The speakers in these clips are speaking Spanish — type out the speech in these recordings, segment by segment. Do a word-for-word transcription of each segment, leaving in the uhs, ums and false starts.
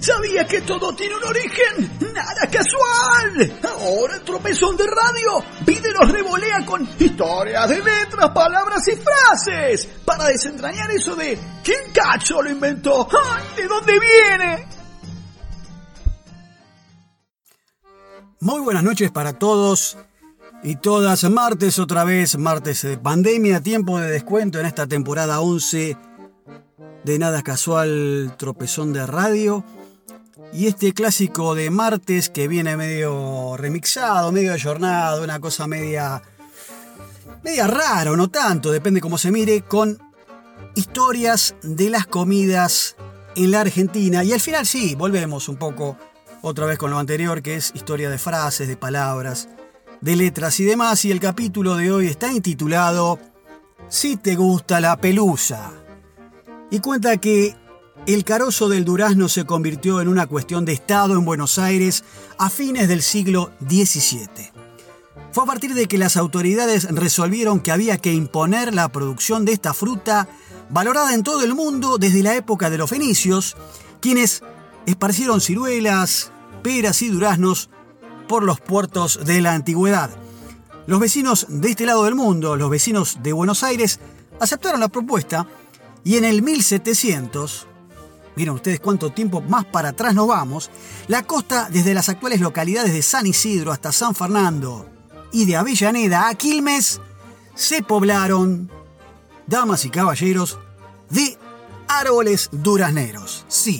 ¿Sabía que todo tiene un origen? ¡Nada casual! Ahora el Tropezón de Radio pide los revolea con historias de letras, palabras y frases para desentrañar eso de ¿quién cacho lo inventó? ¡Ay, de dónde viene! Muy buenas noches para todos y todas. Martes otra vez, martes de pandemia, tiempo de descuento en esta temporada once de Nada Casual, Tropezón de Radio. Y este clásico de martes que viene medio remixado, medio ayornado, una cosa media, media rara o no tanto, depende cómo se mire, con historias de las comidas en la Argentina. Y al final sí, volvemos un poco otra vez con lo anterior, que es historia de frases, de palabras, de letras y demás. Y el capítulo de hoy está intitulado Si te gusta la pelusa. Y cuenta que el carozo del durazno se convirtió en una cuestión de Estado en Buenos Aires a fines del siglo diecisiete. Fue a partir de que las autoridades resolvieron que había que imponer la producción de esta fruta, valorada en todo el mundo desde la época de los fenicios, quienes esparcieron ciruelas, peras y duraznos por los puertos de la antigüedad. Los vecinos de este lado del mundo, los vecinos de Buenos Aires, aceptaron la propuesta y en el mil setecientos... miren ustedes cuánto tiempo más para atrás nos vamos, la costa desde las actuales localidades de San Isidro hasta San Fernando y de Avellaneda a Quilmes se poblaron, damas y caballeros, de árboles durazneros. Sí.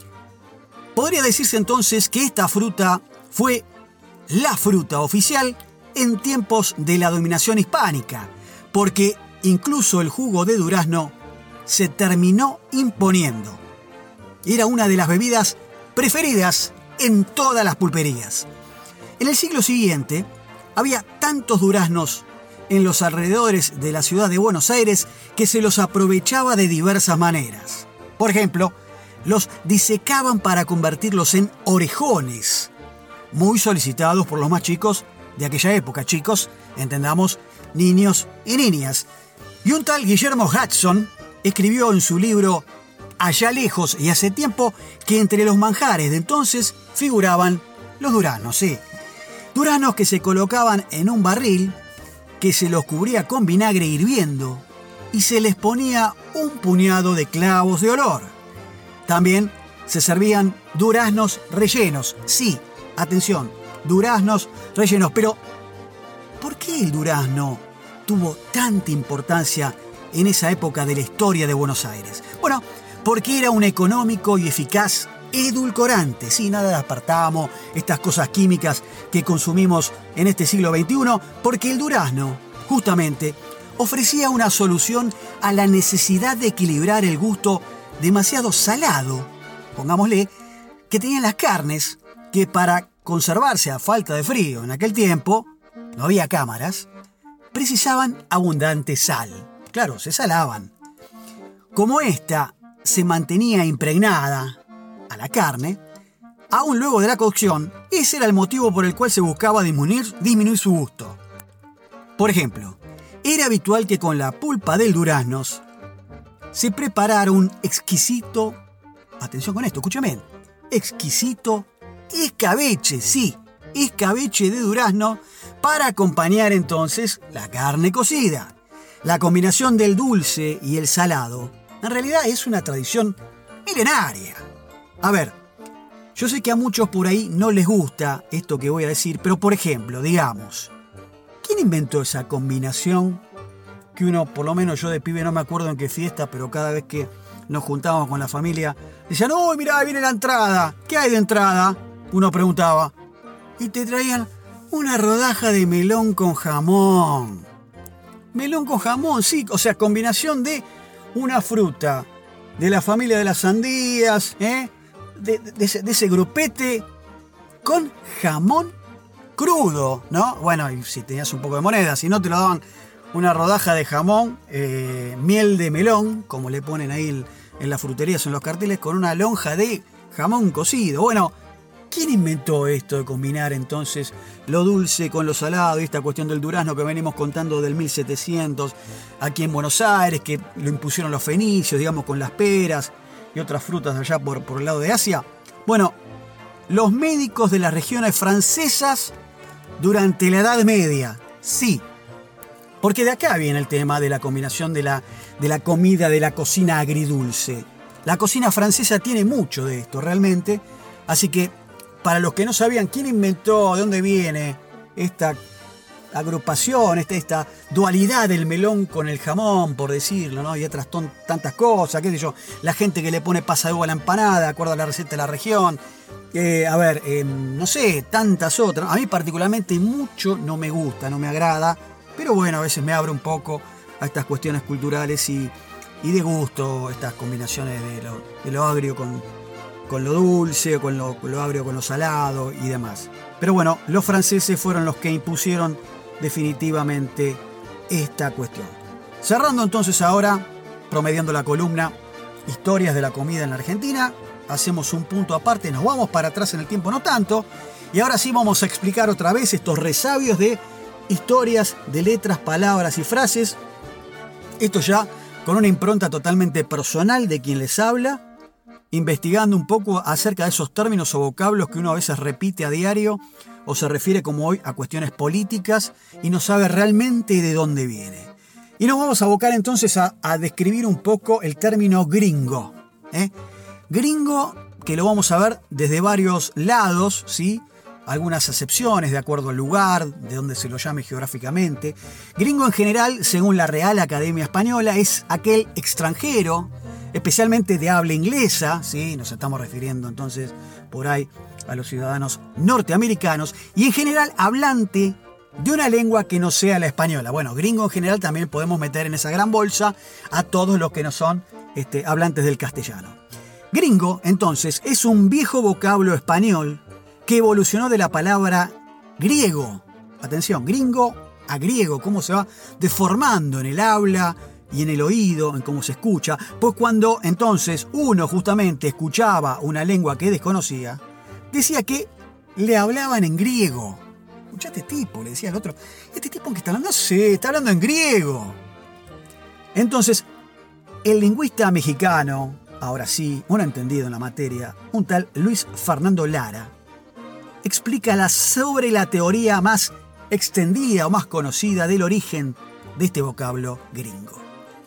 Podría decirse entonces que esta fruta fue la fruta oficial en tiempos de la dominación hispánica, porque incluso el jugo de durazno se terminó imponiendo. Era una de las bebidas preferidas en todas las pulperías. En el siglo siguiente, había tantos duraznos en los alrededores de la ciudad de Buenos Aires que se los aprovechaba de diversas maneras. Por ejemplo, los disecaban para convertirlos en orejones, muy solicitados por los más chicos de aquella época. Chicos, entendamos, niños y niñas. Y un tal Guillermo Hudson escribió en su libro Allá lejos y hace tiempo que entre los manjares de entonces figuraban los duraznos, sí. Duraznos que se colocaban en un barril, que se los cubría con vinagre hirviendo y se les ponía un puñado de clavos de olor. También se servían duraznos rellenos, sí, atención, duraznos rellenos. Pero, ¿por qué el durazno tuvo tanta importancia en esa época de la historia de Buenos Aires? Bueno, porque era un económico y eficaz edulcorante. Sí, nada de aspartamo, estas cosas químicas que consumimos en este siglo veintiuno, porque el durazno, justamente, ofrecía una solución a la necesidad de equilibrar el gusto demasiado salado, pongámosle, que tenían las carnes, que para conservarse a falta de frío en aquel tiempo, no había cámaras, precisaban abundante sal. Claro, se salaban. Como esta se mantenía impregnada a la carne, aún luego de la cocción, ese era el motivo por el cual se buscaba disminuir, disminuir su gusto. Por ejemplo, era habitual que con la pulpa del durazno se preparara un exquisito, atención con esto, escúchame, exquisito escabeche, sí, escabeche de durazno para acompañar entonces la carne cocida. La combinación del dulce y el salado en realidad es una tradición milenaria. A ver, yo sé que a muchos por ahí no les gusta esto que voy a decir, pero por ejemplo, digamos, ¿quién inventó esa combinación que uno, por lo menos yo de pibe no me acuerdo en qué fiesta, pero cada vez que nos juntábamos con la familia, decían, ¡uy, mirá, viene la entrada! ¿Qué hay de entrada? Uno preguntaba. Y te traían una rodaja de melón con jamón. Melón con jamón, sí, o sea, combinación de una fruta de la familia de las sandías, ¿eh? de, de, de, ese, de ese grupete con jamón crudo, ¿no? Bueno, y si tenías un poco de moneda, si no te lo daban una rodaja de jamón, eh, miel de melón, como le ponen ahí en, en las fruterías o en los carteles, con una lonja de jamón cocido. Bueno, ¿quién inventó esto de combinar entonces lo dulce con lo salado y esta cuestión del durazno que venimos contando del mil setecientos aquí en Buenos Aires, que lo impusieron los fenicios, digamos, con las peras y otras frutas allá por, por el lado de Asia? Bueno, los médicos de las regiones francesas durante la Edad Media, sí. Porque de acá viene el tema de la combinación de la, de la comida, de la cocina agridulce. La cocina francesa tiene mucho de esto, realmente. Así que, para los que no sabían quién inventó, de dónde viene esta agrupación, esta, esta dualidad del melón con el jamón, por decirlo, ¿no? Y otras ton, tantas cosas, qué sé yo. La gente que le pone pasa de uva a la empanada, de acuerdo a la receta de la región. Eh, a ver, eh, no sé, tantas otras. A mí particularmente mucho no me gusta, no me agrada. Pero bueno, a veces me abro un poco a estas cuestiones culturales y, y de gusto, estas combinaciones de lo, de lo agrio con, con lo dulce, con lo, con lo agrio con lo salado y demás. Pero bueno, los franceses fueron los que impusieron definitivamente esta cuestión. Cerrando entonces ahora, promediando la columna Historias de la comida en la Argentina, hacemos un punto aparte, nos vamos para atrás en el tiempo, no tanto, y ahora sí vamos a explicar otra vez estos resabios de historias de letras, palabras y frases. Esto ya con una impronta totalmente personal de quien les habla, investigando un poco acerca de esos términos o vocablos que uno a veces repite a diario o se refiere como hoy a cuestiones políticas y no sabe realmente de dónde viene. Y nos vamos a abocar entonces a, a describir un poco el término gringo. ¿eh? Gringo, que lo vamos a ver desde varios lados, ¿sí? Algunas acepciones de acuerdo al lugar, de donde se lo llame geográficamente. Gringo en general, según la Real Academia Española, es aquel extranjero, especialmente de habla inglesa, ¿sí? Nos estamos refiriendo entonces por ahí a los ciudadanos norteamericanos, y en general hablante de una lengua que no sea la española. Bueno, gringo en general también podemos meter en esa gran bolsa a todos los que no son este, hablantes del castellano. Gringo, entonces, es un viejo vocablo español que evolucionó de la palabra griego. Atención, gringo a griego, cómo se va deformando en el habla y en el oído, en cómo se escucha. Pues cuando entonces uno justamente escuchaba una lengua que desconocía, decía que le hablaban en griego. Escuchá este tipo, le decía al otro, ¿este tipo en qué está hablando? Sí, está hablando en griego. Entonces, el lingüista mexicano, ahora sí, un entendido en la materia, un tal Luis Fernando Lara, explica la, sobre la teoría más extendida o más conocida del origen de este vocablo gringo.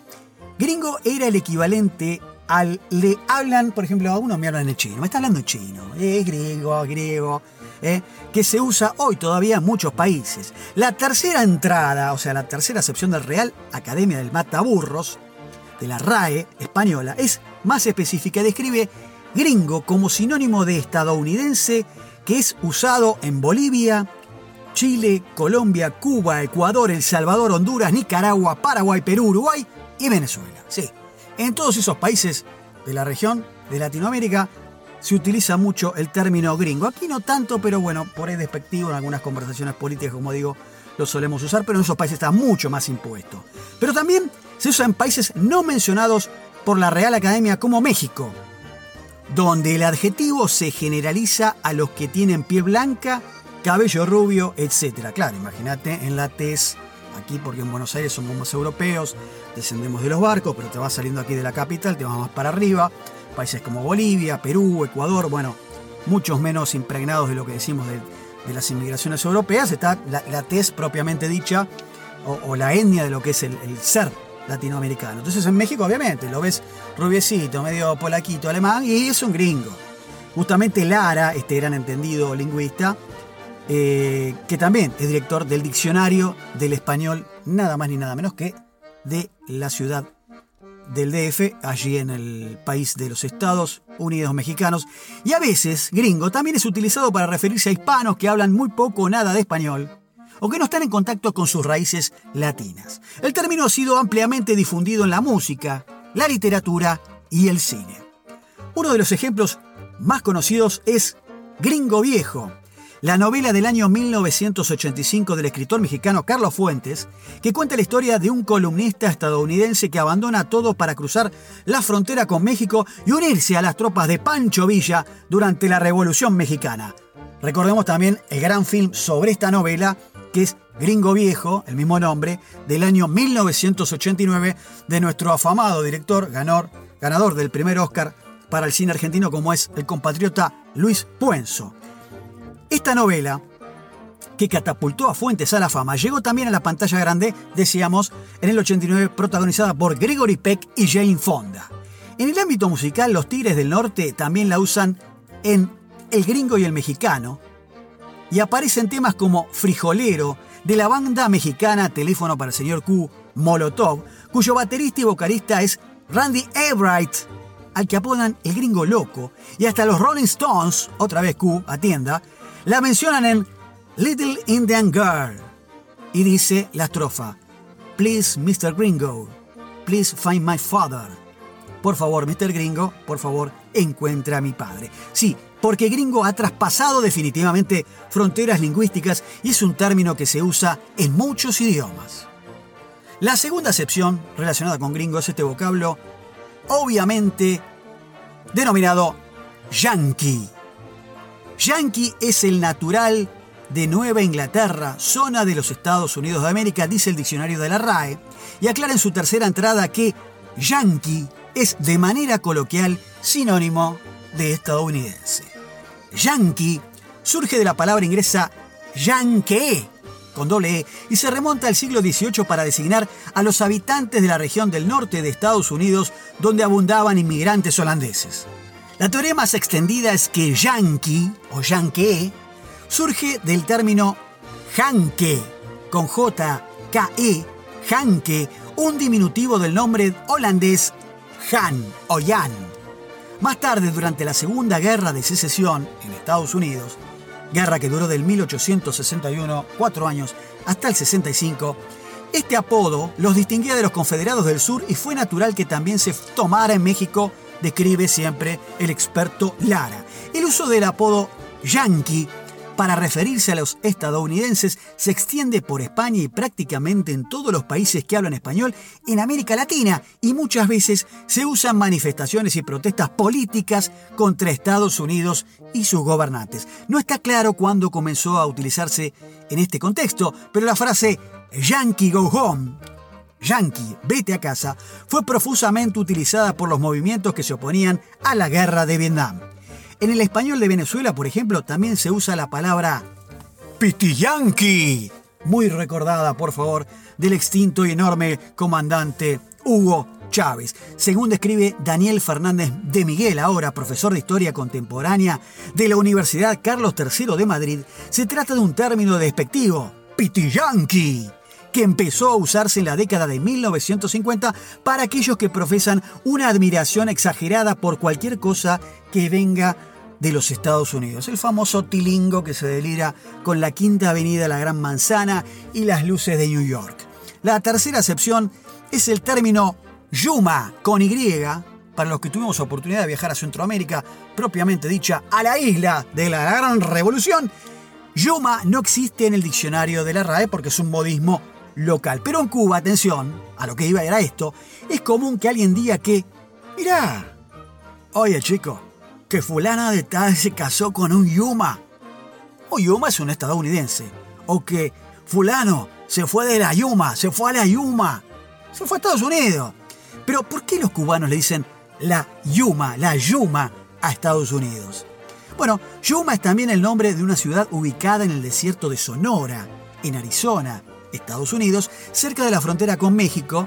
Gringo era el equivalente al le hablan, por ejemplo, a uno me hablan en chino, me está hablando en chino, eh, griego, griego, eh, que se usa hoy todavía en muchos países. La tercera entrada, o sea, la tercera acepción del Real Academia del Mataburros, de la R A E española, es más específica y describe gringo como sinónimo de estadounidense, que es usado en Bolivia, Chile, Colombia, Cuba, Ecuador, El Salvador, Honduras, Nicaragua, Paraguay, Perú, Uruguay y Venezuela. Sí, en todos esos países de la región de Latinoamérica se utiliza mucho el término gringo. Aquí no tanto, pero bueno, por ahí despectivo en algunas conversaciones políticas, como digo, lo solemos usar, pero en esos países está mucho más impuesto. Pero también se usa en países no mencionados por la Real Academia como México, donde el adjetivo se generaliza a los que tienen piel blanca, cabello rubio, etcétera. Claro, imagínate en la tez, aquí porque en Buenos Aires somos más europeos, descendemos de los barcos, pero te vas saliendo aquí de la capital, te vas más para arriba, países como Bolivia, Perú, Ecuador, bueno, muchos menos impregnados de lo que decimos de, de las inmigraciones europeas, está la, la tez propiamente dicha, o, o la etnia de lo que es el, el ser latinoamericano. Entonces en México obviamente lo ves rubiecito, medio polaquito, alemán, y es un gringo. Justamente Lara, este gran entendido lingüista, eh, que también es director del Diccionario del Español, nada más ni nada menos que de la ciudad del D F, allí en el país de los Estados Unidos mexicanos. Y a veces gringo también es utilizado para referirse a hispanos que hablan muy poco o nada de español, o que no están en contacto con sus raíces latinas. El término ha sido ampliamente difundido en la música, la literatura y el cine. Uno de los ejemplos más conocidos es Gringo Viejo, la novela del año mil novecientos ochenta y cinco del escritor mexicano Carlos Fuentes, que cuenta la historia de un columnista estadounidense que abandona todo para cruzar la frontera con México y unirse a las tropas de Pancho Villa durante la Revolución Mexicana. Recordemos también el gran film sobre esta novela, que es Gringo Viejo, el mismo nombre, del año mil novecientos ochenta y nueve, de nuestro afamado director, ganador, ganador del primer Oscar para el cine argentino, como es el compatriota Luis Puenzo. Esta novela, que catapultó a Fuentes a la fama, llegó también a la pantalla grande, decíamos, en el ochenta y nueve, protagonizada por Gregory Peck y Jane Fonda. En el ámbito musical, los Tigres del Norte también la usan en El Gringo y el Mexicano, y aparecen temas como Frijolero, de la banda mexicana Teléfono para el Señor Q, Molotov, cuyo baterista y vocalista es Randy Albright, al que apodan El Gringo Loco, y hasta los Rolling Stones, otra vez Q, atienda, la mencionan en Little Indian Girl, y dice la estrofa: Please, mister Gringo, please find my father. Por favor, mister Gringo, por favor, encuentra a mi padre. Sí, porque gringo ha traspasado definitivamente fronteras lingüísticas y es un término que se usa en muchos idiomas. La segunda acepción relacionada con gringo es este vocablo, obviamente denominado yankee. Yankee es el natural de Nueva Inglaterra, zona de los Estados Unidos de América, dice el diccionario de la R A E, y aclara en su tercera entrada que yankee es de manera coloquial sinónimo de estadounidense. Yankee surge de la palabra inglesa yankee, con doble E, y se remonta al siglo dieciocho para designar a los habitantes de la región del norte de Estados Unidos donde abundaban inmigrantes holandeses. La teoría más extendida es que yankee o yankee surge del término Hanke, con J K E, Hanke, un diminutivo del nombre holandés Han o Jan. Más tarde, durante la Segunda Guerra de Secesión en Estados Unidos, guerra que duró del mil ochocientos sesenta y uno, cuatro años, hasta el sesenta y cinco, este apodo los distinguía de los confederados del sur y fue natural que también se tomara en México, describe siempre el experto Lara. El uso del apodo yankee para referirse a los estadounidenses se extiende por España y prácticamente en todos los países que hablan español en América Latina, y muchas veces se usan manifestaciones y protestas políticas contra Estados Unidos y sus gobernantes. No está claro cuándo comenzó a utilizarse en este contexto, pero la frase Yankee go home, Yankee, vete a casa, fue profusamente utilizada por los movimientos que se oponían a la guerra de Vietnam. En el español de Venezuela, por ejemplo, también se usa la palabra pitiyanqui, muy recordada, por favor, del extinto y enorme comandante Hugo Chávez. Según describe Daniel Fernández de Miguel, ahora profesor de Historia Contemporánea de la Universidad Carlos tercero de Madrid, se trata de un término despectivo, pitiyanqui, que empezó a usarse en la década de mil novecientos cincuenta para aquellos que profesan una admiración exagerada por cualquier cosa que venga de los Estados Unidos. El famoso tilingo que se delira con la Quinta Avenida, la Gran Manzana y las luces de New York. La tercera acepción es el término yuma, con Y, para los que tuvimos oportunidad de viajar a Centroamérica, propiamente dicha, a la isla de la Gran Revolución. Yuma no existe en el diccionario de la R A E porque es un modismo local. Pero en Cuba, atención, a lo que iba era esto, es común que alguien diga que, mirá, oye chico, que fulana de tal se casó con un yuma. O yuma es un estadounidense. O que fulano se fue de la yuma, se fue a la yuma. Se fue a Estados Unidos. Pero ¿por qué los cubanos le dicen la yuma, la yuma a Estados Unidos? Bueno, Yuma es también el nombre de una ciudad ubicada en el desierto de Sonora, en Arizona, Estados Unidos, cerca de la frontera con México.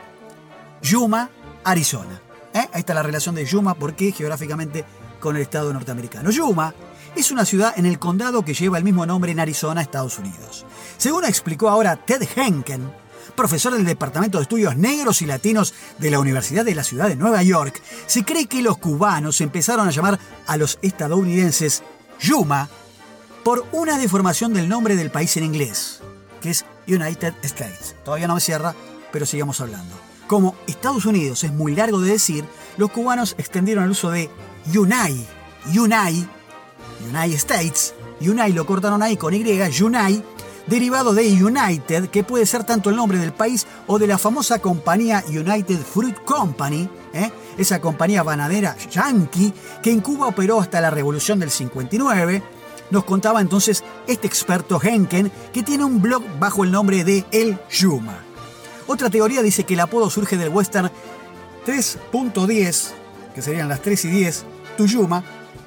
Yuma, Arizona. ¿Eh? Ahí está la relación de Yuma, porque geográficamente con el estado norteamericano. Yuma es una ciudad en el condado que lleva el mismo nombre en Arizona, Estados Unidos. Según explicó ahora Ted Henken, profesor del Departamento de Estudios Negros y Latinos de la Universidad de la Ciudad de Nueva York, se cree que los cubanos empezaron a llamar a los estadounidenses Yuma por una deformación del nombre del país en inglés, que es United States. Todavía no me cierra, pero sigamos hablando. Como Estados Unidos es muy largo de decir, los cubanos extendieron el uso de Unai, Unai, United States, Unai lo cortaron ahí con Y, Unai, derivado de United, que puede ser tanto el nombre del país o de la famosa compañía United Fruit Company, ¿eh? esa compañía bananera yankee que en Cuba operó hasta la Revolución del cincuenta y nueve. Nos contaba entonces este experto Henken, que tiene un blog bajo el nombre de El Yuma. Otra teoría dice que el apodo surge del western tres punto diez, que serían las tres y diez, Tu Yuma,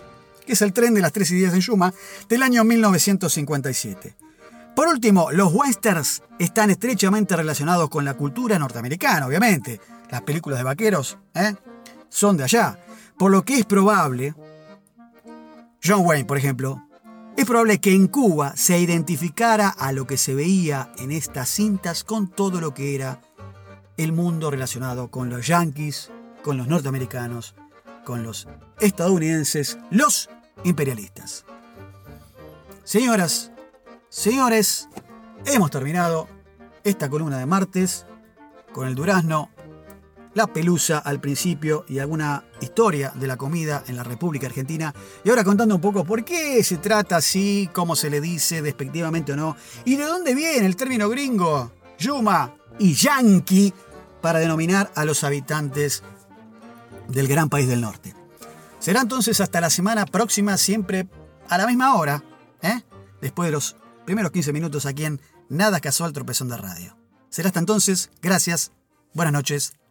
que es el tren de las tres y diez en Yuma, del año mil novecientos cincuenta y siete. Por último, los westerns están estrechamente relacionados con la cultura norteamericana, obviamente. Las películas de vaqueros ¿eh? son de allá. Por lo que es probable, John Wayne, por ejemplo, es probable que en Cuba se identificara a lo que se veía en estas cintas con todo lo que era el mundo relacionado con los yanquis, con los norteamericanos, con los estadounidenses, los imperialistas. Señoras, señores, hemos terminado esta columna de martes con el durazno, la pelusa al principio y alguna historia de la comida en la República Argentina. Y ahora contando un poco por qué se trata así, cómo se le dice, despectivamente o no, y de dónde viene el término gringo, yuma y yanqui, para denominar a los habitantes del gran país del norte. Será entonces hasta la semana próxima, siempre a la misma hora, ¿eh? después de los primeros quince minutos aquí en Nada Casual Tropezón de Radio. Será hasta entonces, gracias, buenas noches.